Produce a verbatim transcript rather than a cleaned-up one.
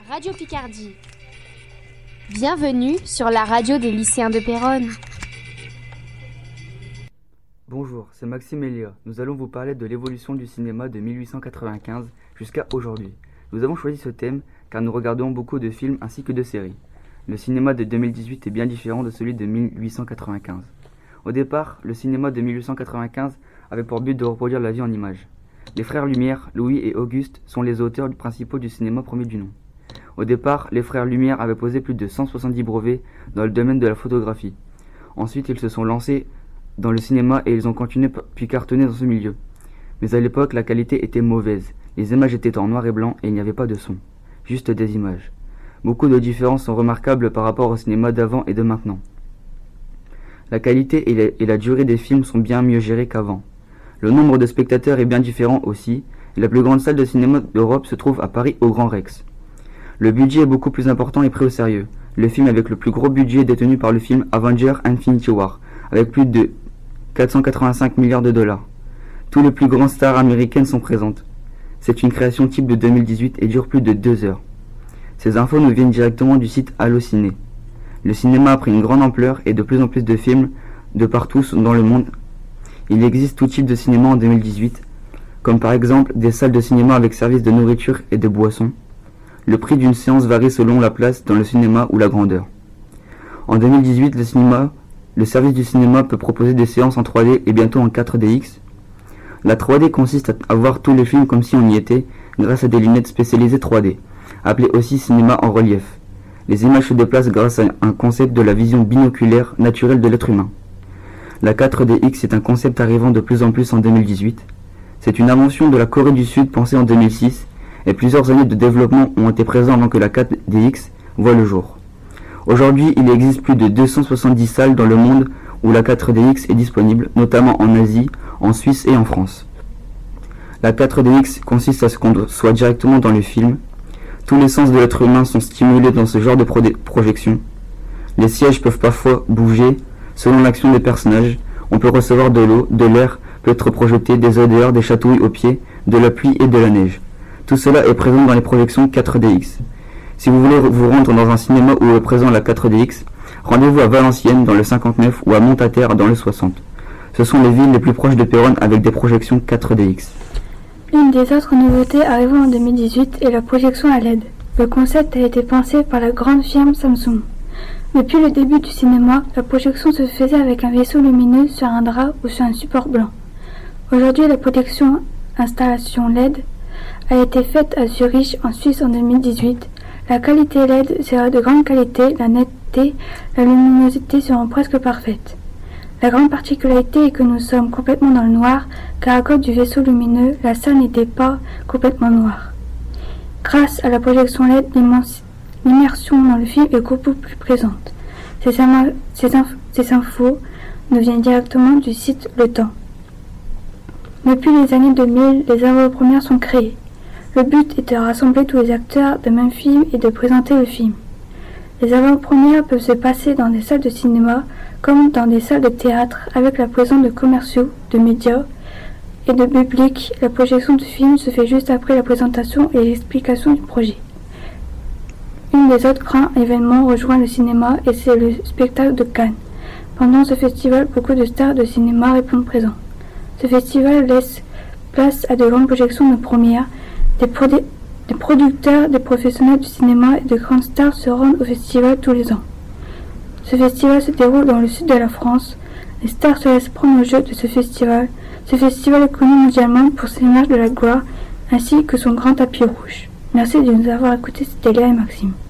Radio Picardie. Bienvenue sur la radio des lycéens de Péronne. Bonjour, c'est Maxime et Léa. Nous allons vous parler de l'évolution du cinéma de mille huit cent quatre-vingt-quinze jusqu'à aujourd'hui. Nous avons choisi ce thème car nous regardons beaucoup de films ainsi que de séries. Le cinéma de deux mille dix-huit est bien différent de celui de mille huit cent quatre-vingt-quinze. Au départ, le cinéma de mille huit cent quatre-vingt-quinze avait pour but de reproduire la vie en images. Les frères Lumière, Louis et Auguste, sont les auteurs principaux du cinéma premier du nom. Au départ, les frères Lumière avaient posé plus de cent soixante-dix brevets dans le domaine de la photographie. Ensuite, ils se sont lancés dans le cinéma et ils ont continué puis cartonné dans ce milieu. Mais à l'époque, la qualité était mauvaise. Les images étaient en noir et blanc et il n'y avait pas de son. Juste des images. Beaucoup de différences sont remarquables par rapport au cinéma d'avant et de maintenant. La qualité et la, et la durée des films sont bien mieux gérées qu'avant. Le nombre de spectateurs est bien différent aussi, et la plus grande salle de cinéma d'Europe se trouve à Paris au Grand Rex. Le budget est beaucoup plus important et pris au sérieux. Le film avec le plus gros budget est détenu par le film Avengers Infinity War, avec plus de quatre cent quatre-vingt-cinq milliards de dollars. Tous les plus grands stars américaines sont présentes. C'est une création type de deux mille dix-huit et dure plus de deux heures. Ces infos nous viennent directement du site Allociné. Le cinéma a pris une grande ampleur et de plus en plus de films de partout dans le monde. Il existe tout type de cinéma en deux mille dix-huit, comme par exemple des salles de cinéma avec service de nourriture et de boissons. Le prix d'une séance varie selon la place dans le cinéma ou la grandeur. En deux mille dix-huit, le cinéma, le service du cinéma peut proposer des séances en trois D et bientôt en quatre D X. La trois D consiste à voir tous les films comme si on y était grâce à des lunettes spécialisées trois D, appelées aussi cinéma en relief. Les images se déplacent grâce à un concept de la vision binoculaire naturelle de l'être humain. La quatre D X est un concept arrivant de plus en plus en deux mille dix-huit. C'est une invention de la Corée du Sud pensée en deux mille six et plusieurs années de développement ont été présents avant que la quatre D X voie le jour. Aujourd'hui, il existe plus de deux cent soixante-dix salles dans le monde où la quatre D X est disponible, notamment en Asie, en Suisse et en France. La quatre D X consiste à ce qu'on soit directement dans le film. Tous les sens de l'être humain sont stimulés dans ce genre de pro- projection. Les sièges peuvent parfois bouger selon l'action des personnages. On peut recevoir de l'eau, de l'air peut être projeté, des odeurs, des chatouilles aux pieds, de la pluie et de la neige. Tout cela est présent dans les projections quatre D X. Si vous voulez vous rendre dans un cinéma où est présent la quatre D X, rendez-vous à Valenciennes dans le cinquante-neuf ou à Montataire dans le soixante. Ce sont les villes les plus proches de Péronne avec des projections quatre D X. L'une des autres nouveautés arrivant en deux mille dix-huit est la projection à L E D. Le concept a été pensé par la grande firme Samsung. Depuis le début du cinéma, la projection se faisait avec un vaisseau lumineux sur un drap ou sur un support blanc. Aujourd'hui, la projection installation L E D a été faite à Zurich en Suisse en deux mille dix-huit. La qualité L E D sera de grande qualité, la netteté, la luminosité seront presque parfaites. La grande particularité est que nous sommes complètement dans le noir, car à cause du vaisseau lumineux, la salle n'était pas complètement noire. Grâce à la projection L E D, l'immersion dans le film est beaucoup plus présente. Ces, ama- ces, inf- ces infos nous viennent directement du site Le Temps. Depuis les années deux mille, les avant-premières sont créées. Le but est de rassembler tous les acteurs d'un même film et de présenter le film. Les avant-premières peuvent se passer dans des salles de cinéma comme dans des salles de théâtre avec la présence de commerciaux, de médias et de public. La projection du film se fait juste après la présentation et l'explication du projet. Une des autres grands événements rejoint le cinéma et c'est le spectacle de Cannes. Pendant ce festival, beaucoup de stars de cinéma répondent présents. Ce festival laisse place à de grandes projections de première. Des, produ- des producteurs, des professionnels du cinéma et de grandes stars se rendent au festival tous les ans. Ce festival se déroule dans le sud de la France. Les stars se laissent prendre au jeu de ce festival. Ce festival est connu mondialement pour ses images de la gloire ainsi que son grand tapis rouge. Merci de nous avoir écoutés, c'était Léa et Maxime.